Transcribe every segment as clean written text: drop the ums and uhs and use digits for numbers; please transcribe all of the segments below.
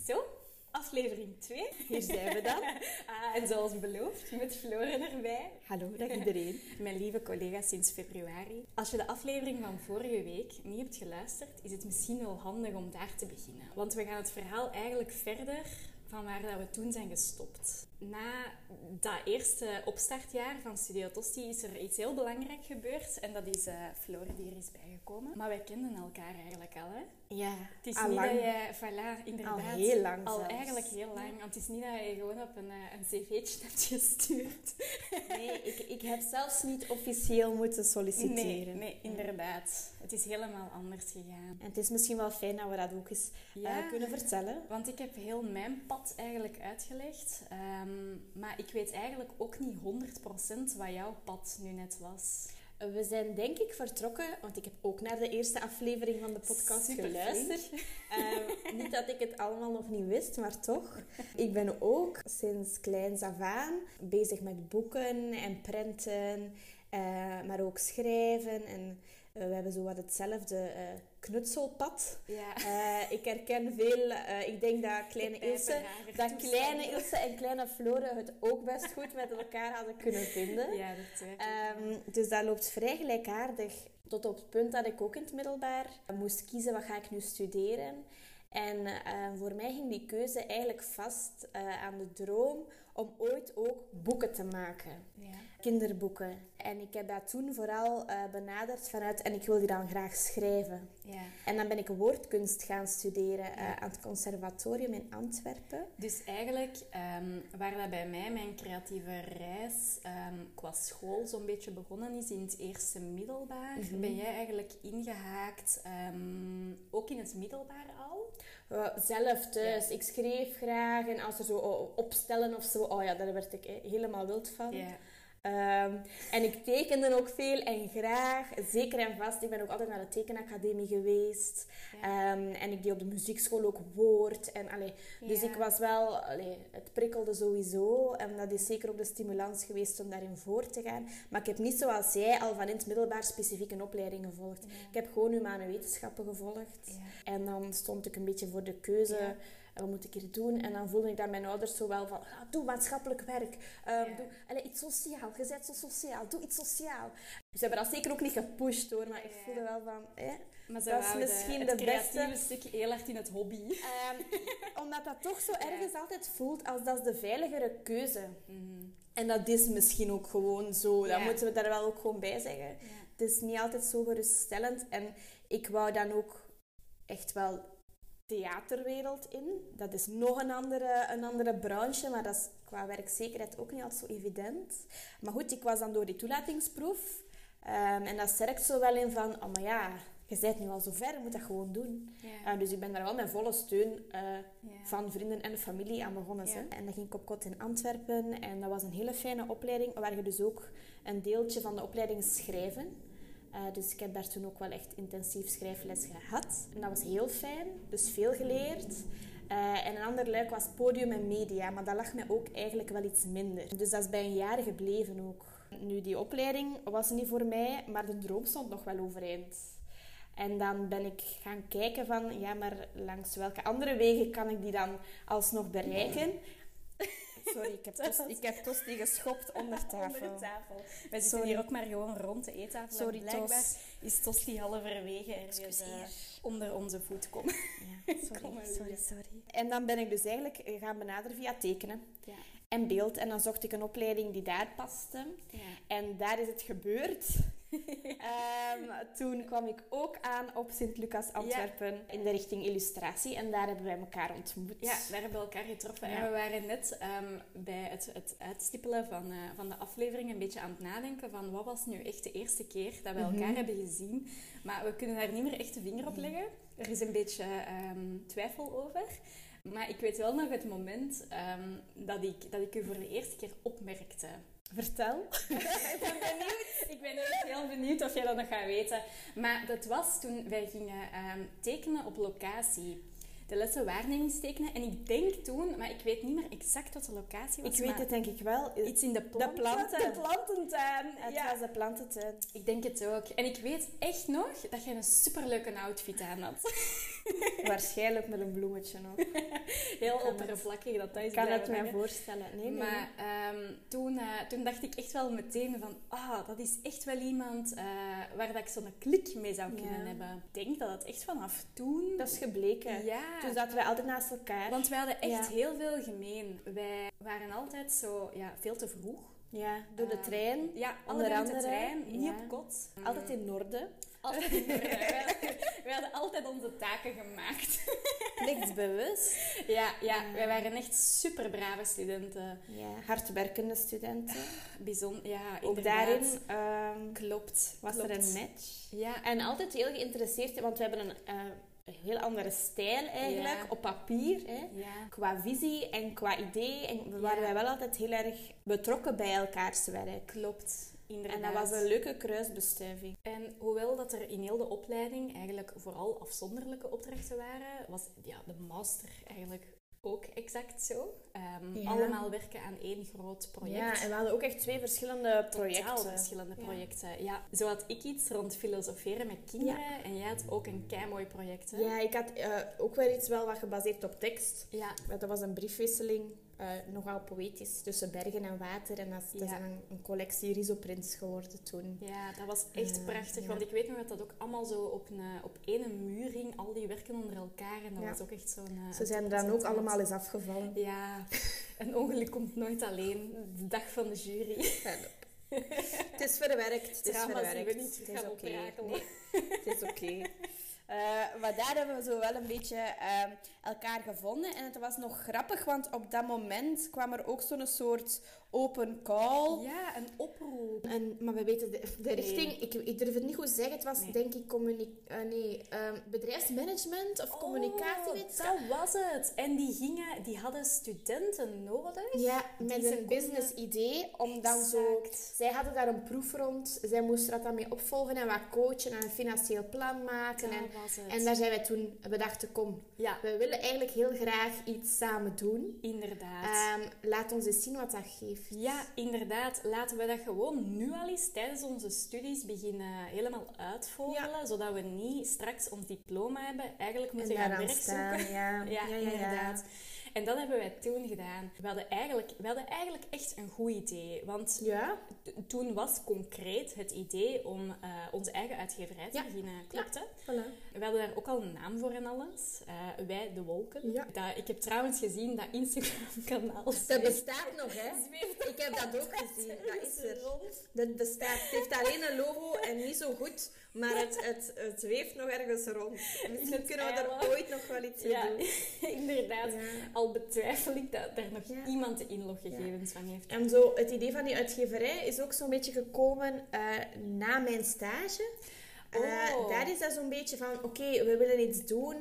Zo, aflevering 2. Hier zijn we dan. En zoals beloofd, met Floren erbij. Hallo, dag iedereen. Mijn lieve collega sinds februari. Als je de aflevering van vorige week niet hebt geluisterd, is het misschien wel handig om daar te beginnen. Want we gaan het verhaal eigenlijk verder van waar dat we toen zijn gestopt. Na dat eerste opstartjaar van Studio Tosti is er iets heel belangrijk gebeurd. En dat is Floren die er is bijgekomen. Maar wij kenden elkaar eigenlijk al, hè? Ja, Het is al niet lang. dat je, voilà, inderdaad... Al heel lang Al zelfs. eigenlijk heel lang. Want het is niet dat je gewoon op een cv'tje hebt gestuurd. Nee, ik heb zelfs niet officieel moeten solliciteren. Nee, inderdaad. Het is helemaal anders gegaan. En het is misschien wel fijn dat we dat ook eens kunnen vertellen. Want ik heb heel mijn pad eigenlijk uitgelegd. Maar ik weet eigenlijk ook niet 100% wat jouw pad nu net was. We zijn denk ik vertrokken, want ik heb ook naar de eerste aflevering van de podcast geluisterd. Niet dat ik het allemaal nog niet wist, maar toch. Ik ben ook sinds kleins af aan bezig met boeken en prenten, maar ook schrijven. En we hebben zo wat hetzelfde knutselpad. Ja. Ik herken veel, ik denk dat kleine Ilse en kleine Floren het ook best goed met elkaar hadden kunnen vinden. Ja, dat twijfel ik. Dus dat loopt vrij gelijkaardig. Tot op het punt dat ik ook in het middelbaar moest kiezen wat ga ik nu studeren. En voor mij ging die keuze eigenlijk vast aan de droom om ooit ook boeken te maken. Ja. Kinderboeken. En ik heb dat toen vooral benaderd vanuit... En ik wil die dan graag schrijven. Ja. En dan ben ik woordkunst gaan studeren aan het conservatorium in Antwerpen. Dus eigenlijk, waar dat bij mij mijn creatieve reis qua school zo'n beetje begonnen is in het eerste middelbaar, ben jij eigenlijk ingehaakt, ook in het middelbaar al? Zelf thuis. Ja. Ik schreef graag en als er zo opstellen of zo, daar werd ik helemaal wild van. Ja. En ik tekende ook veel en graag, zeker en vast. Ik ben ook altijd naar de tekenacademie geweest. Ja. En ik deed op de muziekschool ook woord. En, dus ik was wel... het prikkelde sowieso. En dat is zeker ook de stimulans geweest om daarin voor te gaan. Maar ik heb niet zoals jij al van in het middelbaar specifiek een opleiding gevolgd. Ja. Ik heb gewoon humane wetenschappen gevolgd. Ja. En dan stond ik een beetje voor de keuze... Ja. Wat moet ik hier doen? En dan voelde ik dat mijn ouders zo wel van... doe maatschappelijk werk. Doe iets sociaal. Je bent zo sociaal. Doe iets sociaal. Dus ze hebben dat zeker ook niet gepusht hoor. Maar ik voelde wel van... maar dat is misschien het de beste... creatieve stuk heel hard in het hobby. Omdat dat toch zo ergens altijd voelt als dat is de veiligere keuze. Mm-hmm. En dat is misschien ook gewoon zo. Dat moeten we daar wel ook gewoon bij zeggen. Ja. Het is niet altijd zo geruststellend. En ik wou dan ook echt wel... theaterwereld in. Dat is nog een andere branche, maar dat is qua werkzekerheid ook niet altijd zo evident. Maar goed, ik was dan door die toelatingsproef en dat sterkt zo wel in van, oh maar ja, je bent nu al zo ver, je moet dat gewoon doen. Yeah. Dus ik ben daar wel met volle steun van vrienden en familie aan begonnen. Yeah. En dan ging ik op kot in Antwerpen en dat was een hele fijne opleiding, waar je dus ook een deeltje van de opleiding schrijven. Dus ik heb daar toen ook wel echt intensief schrijfles gehad. En dat was heel fijn, dus veel geleerd. En een ander luik was podium en media, maar dat lag mij ook eigenlijk wel iets minder. Dus dat is bij een jaar gebleven ook. Nu, die opleiding was niet voor mij, maar de droom stond nog wel overeind. En dan ben ik gaan kijken van, ja, maar langs welke andere wegen kan ik die dan alsnog bereiken? Sorry, ik heb Tosti geschopt onder tafel. Wij zitten hier ook maar gewoon rond de eettafel. Sorry, blijkbaar is Tosti halverwege ergens onder onze voet komen. Ja, sorry. En dan ben ik dus eigenlijk gaan benaderen via tekenen en beeld. En dan zocht ik een opleiding die daar paste. Ja. En daar is het gebeurd. Toen kwam ik ook aan op Sint-Lucas Antwerpen in de richting illustratie. En daar hebben wij elkaar ontmoet. Ja, daar hebben we elkaar getroffen. Ja. En we waren net bij het uitstippelen van de aflevering een beetje aan het nadenken van wat was nu echt de eerste keer dat we elkaar hebben gezien. Maar we kunnen daar niet meer echt de vinger op leggen. Er is een beetje twijfel over. Maar ik weet wel nog het moment dat ik u voor de eerste keer opmerkte. Vertel. Ik ben echt heel benieuwd of jij dat nog gaat weten. Maar dat was toen wij gingen tekenen op locatie. De lessen waarnemingstekenen. En ik denk toen, maar ik weet niet meer exact wat de locatie was. Ik weet het denk ik wel. Iets in de planten. De plantentuin. Het was de plantentuin. Ik denk het ook. En ik weet echt nog dat je een superleuke outfit aan had. Waarschijnlijk met een bloemetje nog. heel oppervlakkig dat is. Ik kan het me voorstellen. Nee. Maar toen dacht ik echt wel meteen van... dat is echt wel iemand waar dat ik zo'n klik mee zou kunnen hebben. Ik denk dat het echt vanaf toen... Dat is gebleken. Ja. Toen zaten wij altijd naast elkaar. Want wij hadden echt heel veel gemeen. Wij waren altijd zo veel te vroeg. Ja, door de trein. Ja, onder de trein. Niet op kot. Altijd in orde. Altijd in orde. Wij hadden altijd onze taken gemaakt. Plichtsbewust. Ja, wij waren echt super brave studenten. Ja, hardwerkende studenten. Bijzonder, ja, ook inderdaad. Daarin Klopt. was er een match. Ja. En altijd heel geïnteresseerd, want we hebben een heel andere stijl eigenlijk, op papier. Hè? Ja. Qua visie en qua idee. En waren wij wel altijd heel erg betrokken bij elkaars werk. Klopt. Inderdaad. En dat was een leuke kruisbestuiving. En hoewel dat er in heel de opleiding eigenlijk vooral afzonderlijke opdrachten waren, was de master eigenlijk ook exact zo. Allemaal werken aan één groot project. Ja, en we hadden ook echt 2 verschillende projecten. Totaal verschillende projecten. Ja. Zo had ik iets rond filosoferen met kinderen en jij had ook een keimooi project. Hè? Ja, ik had ook weer iets wel wat gebaseerd op tekst. Ja. Dat was een briefwisseling, nogal poëtisch, tussen bergen en water. En dat is dan een collectie risoprints geworden toen. Ja, dat was echt prachtig. Want ik weet nog dat dat ook allemaal zo op één muur hing. Al die werken onder elkaar. En dat was ook echt zo'n... Ze zijn er dan ook allemaal eens afgevallen. Ja, een ongeluk komt nooit alleen. De dag van de jury. Het is verwerkt. Het is Drama's die we verwerkt. niet Het is gaan oké. oprakelen. Nee, het is oké. Maar daar hebben we zo wel een beetje elkaar gevonden. En het was nog grappig, want op dat moment kwam er ook zo'n soort open call. Ja, een oproep. Maar we weten de richting, ik durf het niet goed zeggen. Het was denk ik bedrijfsmanagement of communicatiewetenschap. Dat was het. En die hadden studenten nodig. Ja, met een business idee. Om dan zo... Zij hadden daar een proef rond. Zij moesten dat dan mee opvolgen en wat coachen en een financieel plan maken. En daar zijn wij toen... We dachten, kom, we willen eigenlijk heel graag iets samen doen. Inderdaad. Laat ons eens zien wat dat geeft. Ja, inderdaad. Laten we dat gewoon nu al eens tijdens onze studies beginnen helemaal uitvogelen. Zodat we niet straks ons diploma hebben. Eigenlijk moeten gaan werk zoeken. Ja, inderdaad. En dat hebben wij toen gedaan. We hadden eigenlijk echt een goed idee. Want toen was concreet het idee om onze eigen uitgeverij te beginnen. Klopt, hè? Voilà. We hadden daar ook al een naam voor en alles. Wij, De Wolken. Ja. Ik heb trouwens gezien dat Instagram-kanaal... Dat bestaat nog, hè? Ik heb dat ook gezien. Dat is er. Dat bestaat. Het heeft alleen een logo en niet zo goed. Maar het zweeft nog ergens rond. Misschien kunnen we daar ooit nog wel iets mee doen. Inderdaad. Ja. Al betwijfel ik dat daar nog iemand de inloggegevens van heeft. En zo, het idee van die uitgeverij is ook zo'n beetje gekomen na mijn stage. Daar is dat zo'n beetje van, oké, we willen iets doen.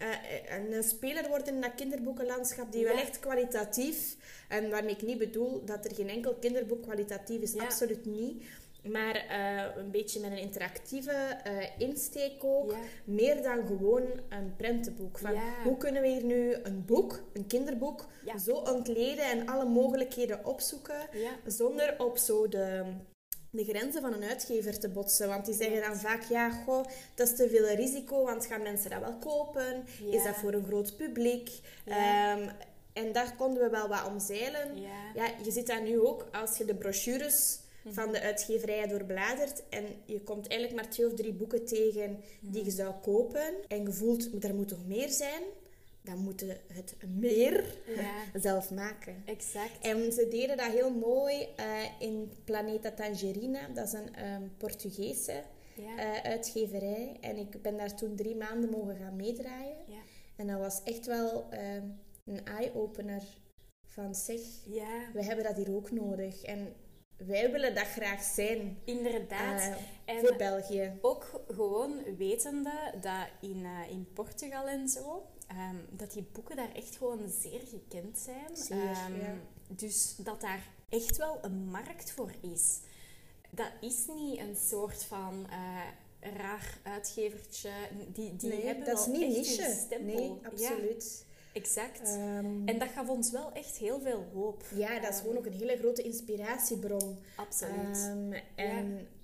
Een speler worden in dat kinderboekenlandschap die wel echt kwalitatief... En waarmee ik niet bedoel dat er geen enkel kinderboek kwalitatief is. Absoluut niet. Maar een beetje met een interactieve insteek ook. Ja. Meer dan gewoon een prentenboek. Van, hoe kunnen we hier nu een boek, een kinderboek, zo ontleden en alle mogelijkheden opzoeken. Ja. Zonder op zo de grenzen van een uitgever te botsen. Want die zeggen dan vaak, dat is te veel risico. Want gaan mensen dat wel kopen? Ja. Is dat voor een groot publiek? Ja. En daar konden we wel wat omzeilen. Ja, je ziet dat nu ook als je de brochures van de uitgeverijen doorbladert en je komt eigenlijk maar 2 of 3 boeken tegen die je zou kopen en je voelt, er moet toch meer zijn, dan moeten we het meer zelf maken. Exact. En ze deden dat heel mooi in Planeta Tangerina. Dat is een Portugese uitgeverij. En ik ben daar toen 3 maanden mogen gaan meedraaien. Ja. En dat was echt wel een eye-opener van zeg, we hebben dat hier ook nodig. En wij willen dat graag zijn. Inderdaad. Voor België. Ook gewoon wetende dat in Portugal en zo, dat die boeken daar echt gewoon zeer gekend zijn. Zeer, dus dat daar echt wel een markt voor is. Dat is niet een soort van raar uitgevertje. Die hebben dat is wel niet echt niche. een stempel. Nee, absoluut. Ja. Exact. En dat gaf ons wel echt heel veel hoop. Ja, dat is gewoon ook een hele grote inspiratiebron. Absoluut. En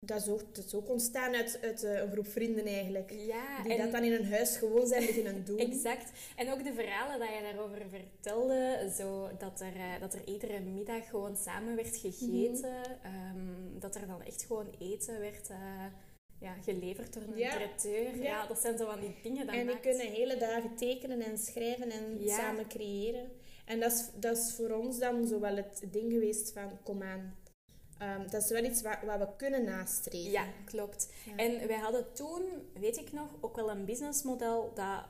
dat is ook ontstaan uit een groep vrienden eigenlijk. Ja, die dat dan in een huis gewoon zijn beginnen doen. Exact. En ook de verhalen dat je daarover vertelde, zo dat er iedere middag gewoon samen werd gegeten. Dat er dan echt gewoon eten werd geleverd door een traiteur. Ja, dat zijn zo van die dingen. En die kunnen hele dagen tekenen en schrijven en samen creëren. En dat is voor ons dan zo wel het ding geweest van, kom aan. Dat is wel iets wat we kunnen nastreven. Ja, klopt. Ja. En wij hadden toen, weet ik nog, ook wel een businessmodel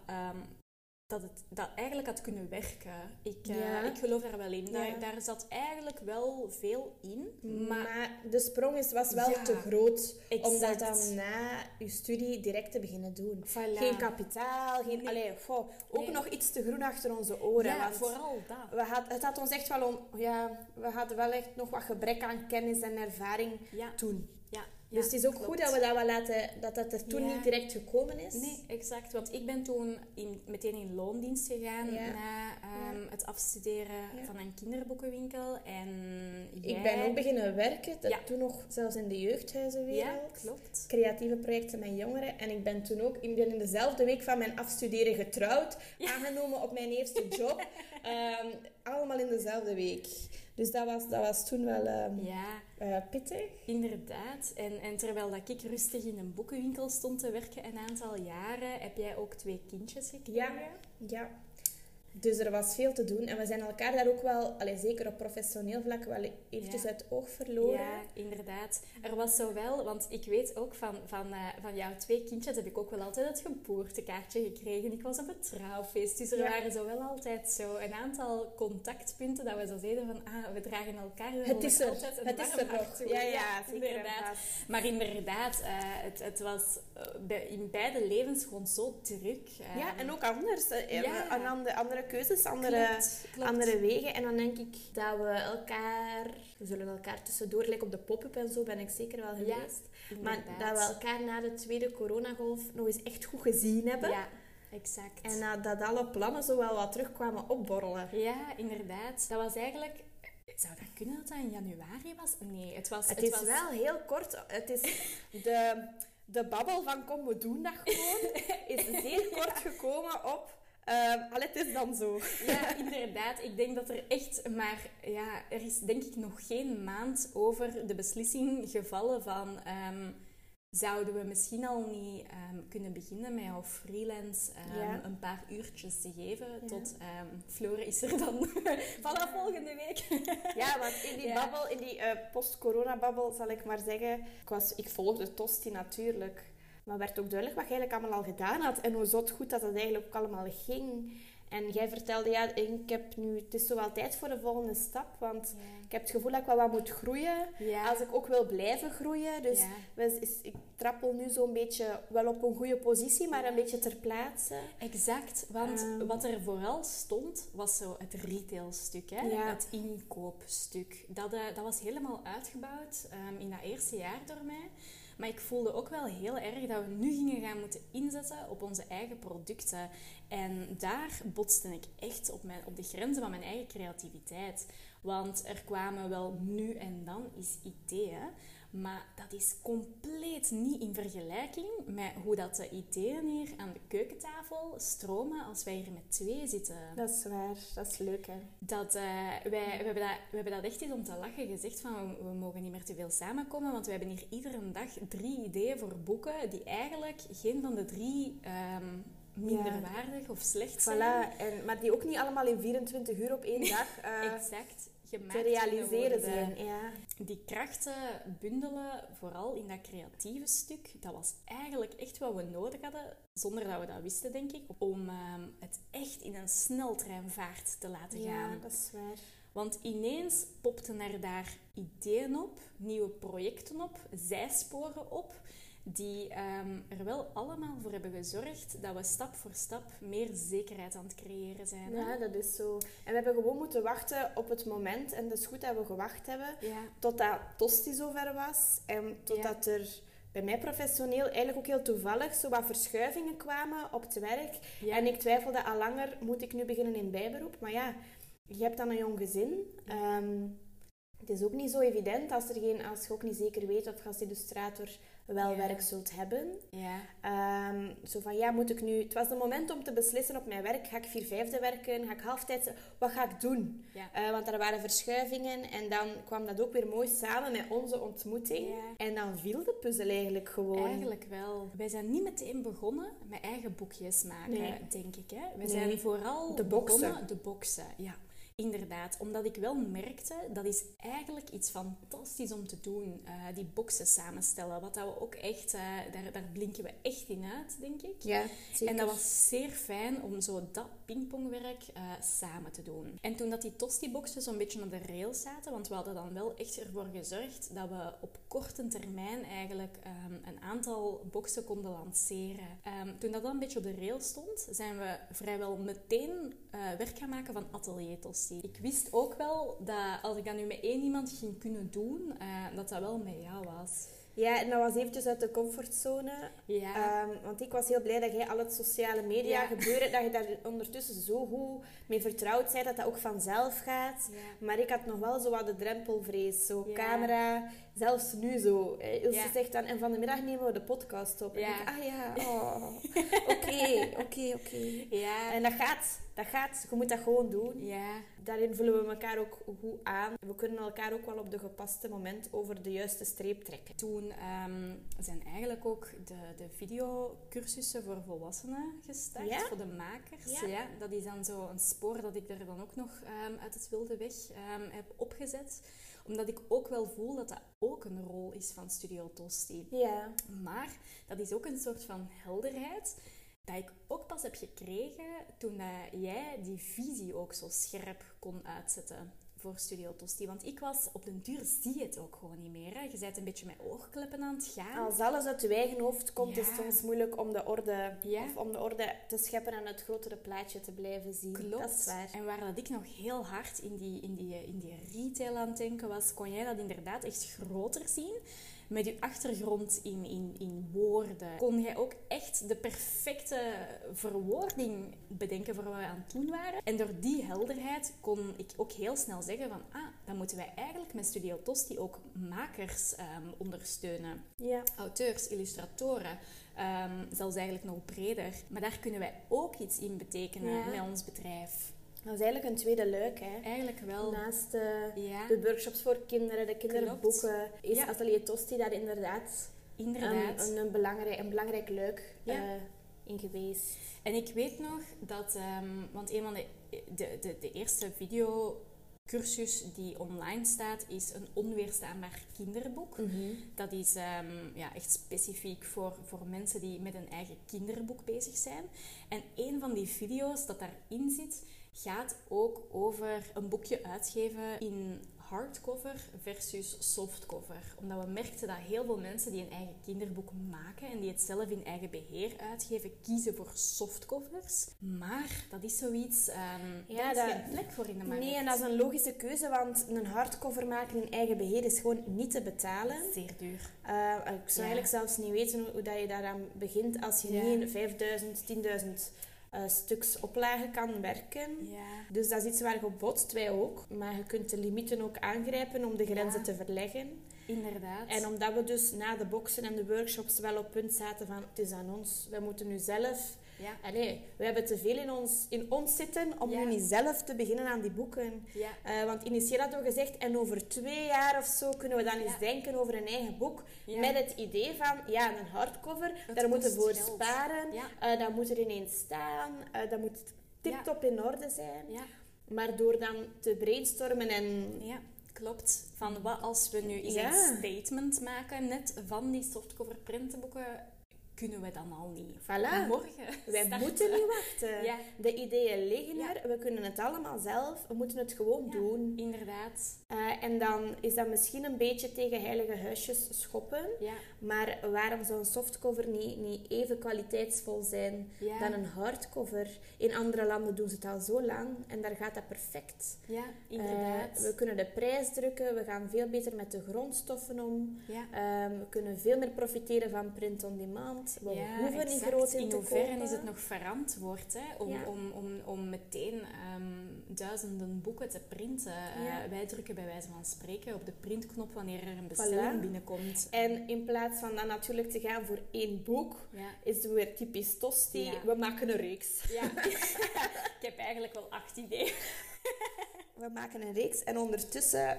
dat eigenlijk had kunnen werken. Ik geloof daar wel in. Daar zat eigenlijk wel veel in. Maar de sprong was wel te groot om dat dan na je studie direct te beginnen doen. Voilà. Geen kapitaal, ook nog iets te groen achter onze oren. Ja, vooral dat. Het had ons echt wel we hadden wel echt nog wat gebrek aan kennis en ervaring toen. Dus het is ook goed dat we dat wel laten, dat er toen niet direct gekomen is. Nee, exact. Want ik ben toen meteen in loondienst gegaan na het afstuderen van een kinderboekenwinkel. En ik ben ook beginnen werken, toen nog zelfs in de jeugdhuizenwereld. Ja, klopt. Creatieve projecten met jongeren. En ik ben toen ook in dezelfde week van mijn afstuderen getrouwd, aangenomen op mijn eerste job. Allemaal in dezelfde week. Dus dat was toen wel pittig. Inderdaad. En terwijl dat ik rustig in een boekenwinkel stond te werken een aantal jaren, heb jij ook 2 kindjes gekregen? Ja. Dus er was veel te doen. En we zijn elkaar daar ook wel, zeker op professioneel vlak, wel eventjes uit het oog verloren. Ja, inderdaad. Er was zo wel, want ik weet ook van jouw 2 kindjes heb ik ook wel altijd het geboortekaartje gekregen. Ik was op het trouwfeest. Dus er waren zo wel altijd zo een aantal contactpunten dat we zo zeiden van, we dragen elkaar het is er. altijd een het is er nog. toe. Ja, inderdaad. Maar inderdaad, het was in beide levens gewoon zo druk. En ook anders. Andere keuzes, andere wegen. En dan denk ik dat we zullen elkaar tussendoor, gelijk op de pop-up en zo, ben ik zeker wel geweest. Maar dat we elkaar na de tweede coronagolf nog eens echt goed gezien hebben. Ja, exact. En dat alle plannen zo wel wat terugkwamen opborrelen. Ja, inderdaad. Dat was eigenlijk... Zou dat kunnen dat dat in januari was? Nee, het was wel heel kort. Het is de babbel van kom, we doen dat gewoon, is zeer kort gekomen op... het is dan zo. Ja, inderdaad. Ik denk dat er echt maar... Ja, er is denk ik nog geen maand over de beslissing gevallen van... zouden we misschien al niet kunnen beginnen met jouw freelance een paar uurtjes te geven tot Flore is er dan vanaf volgende week. Ja, want in die babbel, in die post-corona-babbel zal ik maar zeggen... Ik volgde Tosti natuurlijk... Maar werd ook duidelijk wat je eigenlijk allemaal al gedaan had. En hoe zot goed dat het eigenlijk ook allemaal ging. En jij vertelde, het is zo wel tijd voor de volgende stap. Want ik heb het gevoel dat ik wel wat moet groeien. Ja. Als ik ook wil blijven groeien. Dus ik trappel nu zo'n beetje wel op een goede positie, maar een beetje ter plaatse. Exact, want wat er vooral stond, was zo het retailstuk. Hè? Ja. Het inkoopstuk. Dat was helemaal uitgebouwd in dat eerste jaar door mij. Maar ik voelde ook wel heel erg dat we nu gingen gaan moeten inzetten op onze eigen producten. En daar botste ik echt op de grenzen van mijn eigen creativiteit. Want er kwamen wel nu en dan eens ideeën. Maar dat is compleet niet in vergelijking met hoe dat de ideeën hier aan de keukentafel stromen als wij hier met 2 zitten. Dat is waar. Dat is leuk, hè? We hebben dat echt eens om te lachen gezegd van we mogen niet meer te veel samenkomen, want we hebben hier iedere dag 3 ideeën voor boeken die eigenlijk geen van de 3 minderwaardig of slecht zijn. Voilà. Maar die ook niet allemaal in 24 uur op 1 dag... exact. Te realiseren zijn. Ja. Die krachten bundelen, vooral in dat creatieve stuk, dat was eigenlijk echt wat we nodig hadden, zonder dat we dat wisten, denk ik, om het echt in een sneltreinvaart te laten gaan. Ja, dat is waar. Want ineens popten er daar ideeën op, nieuwe projecten op, zijsporen op, die er wel allemaal voor hebben gezorgd dat we stap voor stap meer zekerheid aan het creëren zijn. Hè? Ja, dat is zo. En we hebben gewoon moeten wachten op het moment, en het is goed dat we gewacht hebben, totdat Tosti zover was en totdat er bij mij professioneel eigenlijk ook heel toevallig zo wat verschuivingen kwamen op het werk. Ja. En ik twijfelde al langer, moet ik nu beginnen in bijberoep? Maar ja, je hebt dan een jong gezin. Het is ook niet zo evident als je ook niet zeker weet of je als illustrator wel werk zult hebben. Ja. Zo van, ja, moet ik nu... Het was het moment om te beslissen op mijn werk. Ga ik 4/5 werken? Ga ik halftijds... Wat ga ik doen? Ja. Want er waren verschuivingen. En dan kwam dat ook weer mooi samen met onze ontmoeting. Ja. En dan viel de puzzel eigenlijk gewoon. Eigenlijk wel. Wij zijn niet meteen begonnen met eigen boekjes maken, denk ik. Hè? We zijn vooral begonnen... De boksen, ja. Inderdaad, omdat ik wel merkte, dat is eigenlijk iets fantastisch om te doen. Die boxen samenstellen, wat dat we ook echt, daar blinken we echt in uit, denk ik. Ja, zeker. En dat was zeer fijn om zo dat pingpongwerk samen te doen. En toen dat die tosti-boxen zo'n beetje op de rails zaten, want we hadden dan wel echt ervoor gezorgd dat we op korte termijn eigenlijk een aantal boxen konden lanceren. Toen dat dan een beetje op de rails stond, zijn we vrijwel meteen werk gaan maken van Atelier Tosti. Ik wist ook wel dat als ik dat nu met één iemand ging kunnen doen, dat dat wel met jou was. Ja, en dat was eventjes uit de comfortzone. Ja. Want ik was heel blij dat jij al het sociale media gebeuren, dat je daar ondertussen zo goed mee vertrouwd bent, dat dat ook vanzelf gaat. Ja. Maar ik had nog wel zo wat de drempelvrees. Zo camera, zelfs nu zo. Ilse zegt dan, en van de middag nemen we de podcast op. Ja. En ik, oké. Ja. En dat gaat. Je moet dat gewoon doen. Ja. Daarin vullen we elkaar ook goed aan. We kunnen elkaar ook wel op de gepaste moment over de juiste streep trekken. Toen zijn eigenlijk ook de videocursussen voor volwassenen gestart, voor de makers. Ja, dat is dan zo een spoor dat ik er dan ook nog uit het wilde weg heb opgezet. Omdat ik ook wel voel dat dat ook een rol is van Studio Tosti. Ja. Maar dat is ook een soort van helderheid dat ik ook pas heb gekregen toen jij die visie ook zo scherp kon uitzetten voor Studio Tosti. Want ik was op den duur, zie je het ook gewoon niet meer. Hè? Je bent een beetje met oogkleppen aan het gaan. Als alles uit je eigen hoofd komt, is het soms moeilijk om de orde te scheppen en het grotere plaatje te blijven zien. Klopt. Dat is waar. En waar dat ik nog heel hard in die retail aan het denken was, kon jij dat inderdaad echt groter zien. Met je achtergrond in woorden kon jij ook echt de perfecte verwoording bedenken voor wat we aan het doen waren. En door die helderheid kon ik ook heel snel zeggen van, dan moeten wij eigenlijk met Studio Tosti ook makers ondersteunen. Ja. Auteurs, illustratoren, zelfs eigenlijk nog breder. Maar daar kunnen wij ook iets in betekenen met ons bedrijf. Dat is eigenlijk een tweede luik, hè? Eigenlijk wel. Naast de workshops voor kinderen, de kinderboeken, is Atelier Tosti daar inderdaad. Een belangrijk luik in geweest. En ik weet nog dat, want een van de eerste videocursus die online staat, is een onweerstaanbaar kinderboek. Mm-hmm. Dat is echt specifiek voor mensen die met een eigen kinderboek bezig zijn. En een van die video's dat daarin zit, gaat ook over een boekje uitgeven in hardcover versus softcover. Omdat we merkten dat heel veel mensen die een eigen kinderboek maken en die het zelf in eigen beheer uitgeven, kiezen voor softcovers. Maar dat is zoiets, daar is geen plek voor in de markt. Nee, en dat is een logische keuze, want een hardcover maken in eigen beheer is gewoon niet te betalen. Zeer duur. Ik zou eigenlijk zelfs niet weten hoe dat je daaraan begint als je niet 5.000, 10.000 stuks oplagen kan werken. Ja. Dus dat is iets waar je op botst, wij ook. Maar je kunt de limieten ook aangrijpen om de grenzen te verleggen. Inderdaad. En omdat we dus na de boxen en de workshops wel op punt zaten van, het is aan ons, wij moeten nu zelf... Ja. We hebben te veel in ons zitten om nu niet zelf te beginnen aan die boeken. Ja. Want initieel hadden we gezegd, en over 2 jaar of zo kunnen we dan eens denken over een eigen boek. Ja. Met het idee van, een hardcover, daar moeten we voor sparen. Ja. Dat moet er ineens staan. Dat moet tip-top in orde zijn. Ja. Maar door dan te brainstormen en... Ja, klopt. Van wat als we nu eens een statement maken, net van die softcover printenboeken, kunnen we dan al niet. Voilà. Morgen Wij moeten niet wachten. Ja. De ideeën liggen er. We kunnen het allemaal zelf. We moeten het gewoon doen. Inderdaad. En dan is dat misschien een beetje tegen heilige huisjes schoppen. Ja. Maar waarom zou een softcover niet even kwaliteitsvol zijn dan een hardcover? In andere landen doen ze het al zo lang. En daar gaat dat perfect. Ja, inderdaad. We kunnen de prijs drukken. We gaan veel beter met de grondstoffen om. Ja. We kunnen veel meer profiteren van print on demand. want we hoeven niet exact. groot in in te hoeverre kopen. is het nog verantwoord om meteen duizenden boeken te printen? Wij drukken bij wijze van spreken op de printknop wanneer er een bestelling binnenkomt. En in plaats van dan natuurlijk te gaan voor 1 boek, is het weer typisch Tosti. Ja. We maken een reeks. Ja. Ik heb eigenlijk wel 8 ideeën. We maken een reeks en ondertussen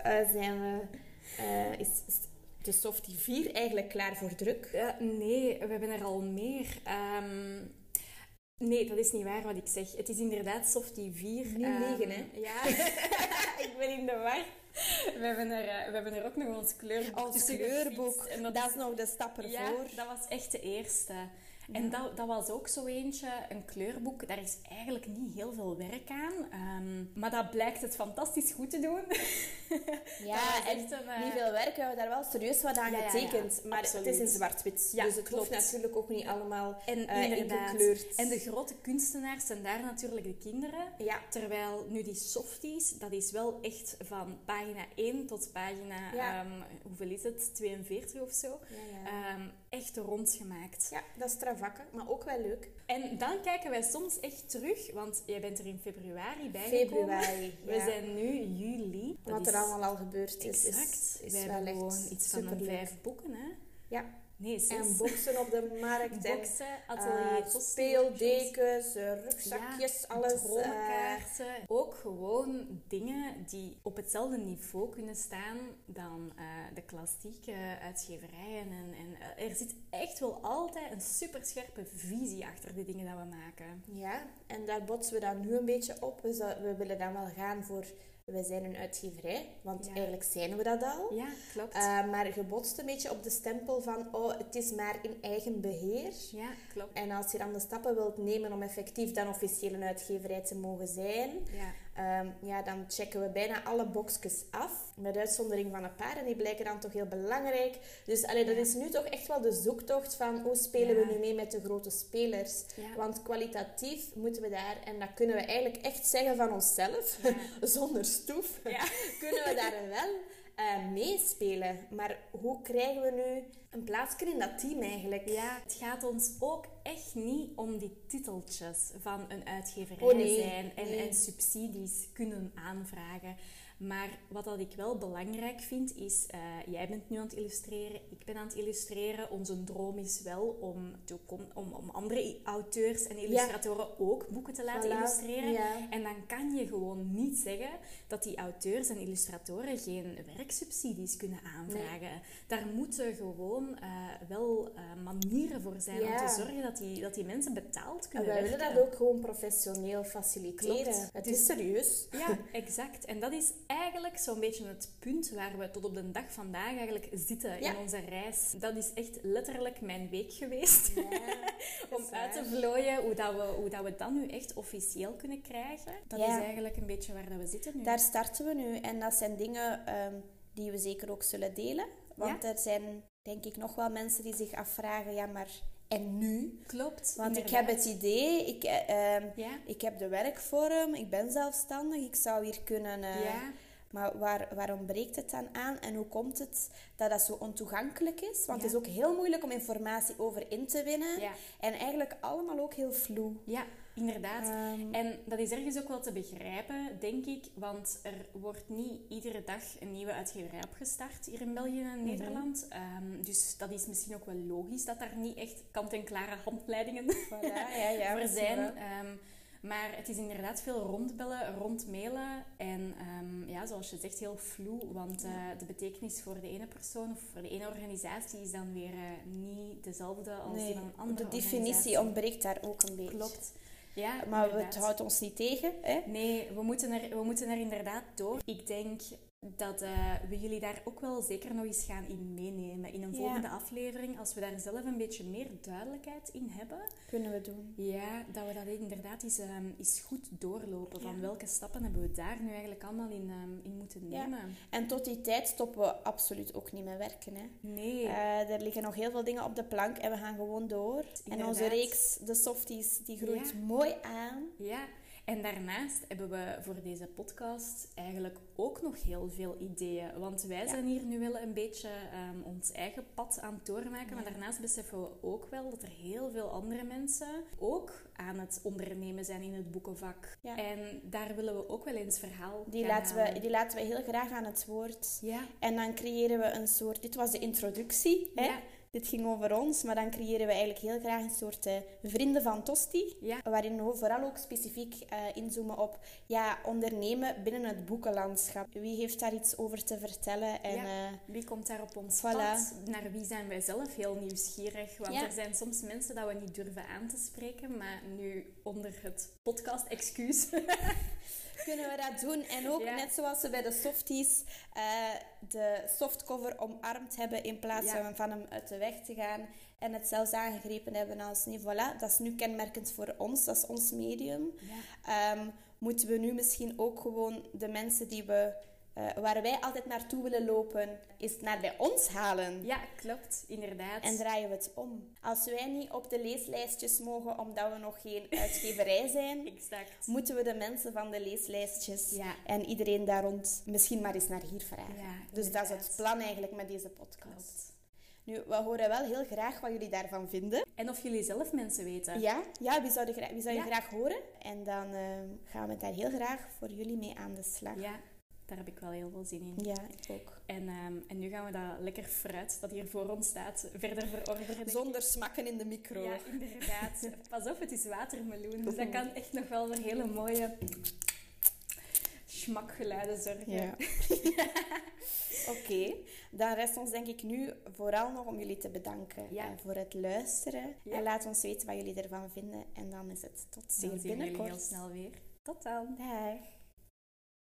is de Softie 4 eigenlijk klaar voor druk. Nee, we hebben er al meer. Nee, dat is niet waar wat ik zeg. Het is inderdaad Softie 4. Nu 9, hè? Ja, ik ben in de war. We hebben er ook nog ons kleurboek tussen kleurboek. En dat is nog de stap ervoor. Ja, dat was echt de eerste. En dat was ook zo eentje, een kleurboek. Daar is eigenlijk niet heel veel werk aan. Maar dat blijkt het fantastisch goed te doen. Ja, en niet veel werk. We hebben daar wel serieus wat aan getekend. Maar absoluut. Het is in zwart-wit. Ja, dus het hoeft natuurlijk ook niet allemaal inderdaad. ingekleurd. En de grote kunstenaars zijn daar natuurlijk de kinderen. Ja. Terwijl nu die softies, dat is wel echt van pagina 1 tot pagina, hoeveel is het? 42 of zo. Echt rondgemaakt. Ja, dat is stravakken, maar ook wel leuk. En dan kijken wij soms echt terug, want jij bent er in februari bijgekomen. We zijn nu juli. Wat er allemaal al gebeurd is. Exact. Is we wel hebben echt gewoon iets van superleuk. 5 boeken, hè? Ja. Nee, 6. En boxen op de markt. Boxen, atelier, speeldekens, rugzakjes, alles. Dromenkaarten. Ook gewoon dingen die op hetzelfde niveau kunnen staan dan de klassieke uitgeverijen. En er zit echt wel altijd een superscherpe visie achter de dingen dat we maken. Ja, en daar botsen we dan nu een beetje op. We willen dan wel gaan voor... Wij zijn een uitgeverij, want eigenlijk zijn we dat al. Ja, klopt. Maar gebotst een beetje op de stempel van, het is maar in eigen beheer. Ja, klopt. En als je dan de stappen wilt nemen om effectief dan officieel een uitgeverij te mogen zijn, dan checken we bijna alle boxjes af. Met uitzondering van een paar, en die blijken dan toch heel belangrijk. Dus dat is nu toch echt wel de zoektocht van, hoe spelen we nu mee met de grote spelers? Ja. Want kwalitatief moeten we daar, en dat kunnen we eigenlijk echt zeggen van onszelf, zonder stoef, kunnen we daar wel meespelen. Maar hoe krijgen we nu een plaatsje in dat team eigenlijk? Ja, het gaat ons ook echt niet om die titeltjes van een uitgeverij zijn en subsidies kunnen aanvragen. Maar wat dat ik wel belangrijk vind is, jij bent nu aan het illustreren, ik ben aan het illustreren. Onze droom is wel om andere auteurs en illustratoren ook boeken te laten illustreren. Ja. En dan kan je gewoon niet zeggen dat die auteurs en illustratoren geen werksubsidies kunnen aanvragen. Nee. Daar moeten gewoon wel manieren voor zijn om te zorgen dat die mensen betaald kunnen werken. Wij willen dat ook gewoon professioneel faciliteren. Klopt. Het is serieus. Ja, exact. En dat is eigenlijk zo'n beetje het punt waar we tot op de dag vandaag eigenlijk zitten in onze reis. Dat is echt letterlijk mijn week geweest. Ja, om uit te vlooien hoe dat we dat nu echt officieel kunnen krijgen. Dat is eigenlijk een beetje waar dat we zitten nu. Daar starten we nu. En dat zijn dingen die we zeker ook zullen delen. Want er zijn, denk ik, nog wel mensen die zich afvragen, maar... En nu? Klopt. Want ik heb het idee, ik heb de werkvorm, ik ben zelfstandig, ik zou hier kunnen... Maar waarom breekt het dan aan? En hoe komt het dat dat zo ontoegankelijk is? Want het is ook heel moeilijk om informatie over in te winnen. Ja. En eigenlijk allemaal ook heel vloe. Ja, inderdaad. En dat is ergens ook wel te begrijpen, denk ik. Want er wordt niet iedere dag een nieuwe uitgeverij opgestart hier in België en Nederland. Dus dat is misschien ook wel logisch dat daar niet echt kant-en-klare handleidingen voor zijn. Maar het is inderdaad veel rondbellen, rondmailen en zoals je zegt, heel vloe. Want de betekenis voor de ene persoon of voor de ene organisatie is dan weer niet dezelfde als die van een andere organisatie. De definitie ontbreekt daar ook een beetje. Klopt. Ja, maar het houdt ons niet tegen. Hè? Nee, we moeten er inderdaad door. Ik denk dat we jullie daar ook wel zeker nog eens gaan in meenemen. In een volgende aflevering, als we daar zelf een beetje meer duidelijkheid in hebben. Kunnen we doen. Ja, dat we dat inderdaad eens goed doorlopen. Van welke stappen hebben we daar nu eigenlijk allemaal in moeten nemen. Ja. En tot die tijd stoppen we absoluut ook niet met werken. Hè? Nee. Er liggen nog heel veel dingen op de plank en we gaan gewoon door. Inderdaad. En onze reeks, de Softies, die groeit mooi aan. Ja. En daarnaast hebben we voor deze podcast eigenlijk ook nog heel veel ideeën. Want wij zijn hier nu wel een beetje ons eigen pad aan het doormaken. Maar daarnaast beseffen we ook wel dat er heel veel andere mensen ook aan het ondernemen zijn in het boekenvak. Ja. En daar willen we ook wel eens verhaal die laten we heel graag aan het woord. Ja. En dan creëren we een soort... Dit was de introductie, hè? Ja. Dit ging over ons, maar dan creëren we eigenlijk heel graag een soort vrienden van Tosti. Ja. Waarin we vooral ook specifiek inzoomen op ondernemen binnen het boekenlandschap. Wie heeft daar iets over te vertellen? En, wie komt daar op ons pad? Naar wie zijn wij zelf heel nieuwsgierig? Want er zijn soms mensen dat we niet durven aan te spreken, maar nu onder het podcast-excuus... kunnen we dat doen. En ook net zoals we bij de softies de softcover omarmd hebben in plaats van hem uit de weg te gaan. En het zelfs aangegrepen hebben als nee, voilà, dat is nu kenmerkend voor ons, dat is ons medium. Ja. Moeten we nu misschien ook gewoon de mensen die we... waar wij altijd naartoe willen lopen, is naar bij ons halen. Ja, klopt. Inderdaad. En draaien we het om. Als wij niet op de leeslijstjes mogen, omdat we nog geen uitgeverij zijn, exact. Moeten we de mensen van de leeslijstjes en iedereen daar rond misschien maar eens naar hier vragen. Ja, dus dat is het plan eigenlijk met deze podcast. Klopt. Nu, we horen wel heel graag wat jullie daarvan vinden. En of jullie zelf mensen weten. Ja, wie zou je graag horen? En dan gaan we daar heel graag voor jullie mee aan de slag. Ja. Daar heb ik wel heel veel zin in. Ja, ik ook. En nu gaan we dat lekker fruit dat hier voor ons staat verder verorberen. Zonder smakken in de micro. Ja, inderdaad. Pas op, het is watermeloen. Dus dat kan echt nog wel voor hele mooie smakgeluiden zorgen. Ja. Oké, dan rest ons denk ik nu vooral nog om jullie te bedanken voor het luisteren. Ja. En laat ons weten wat jullie ervan vinden. En dan is het tot zeer binnenkort. Dan zien we jullie heel snel weer. Tot dan. Dag.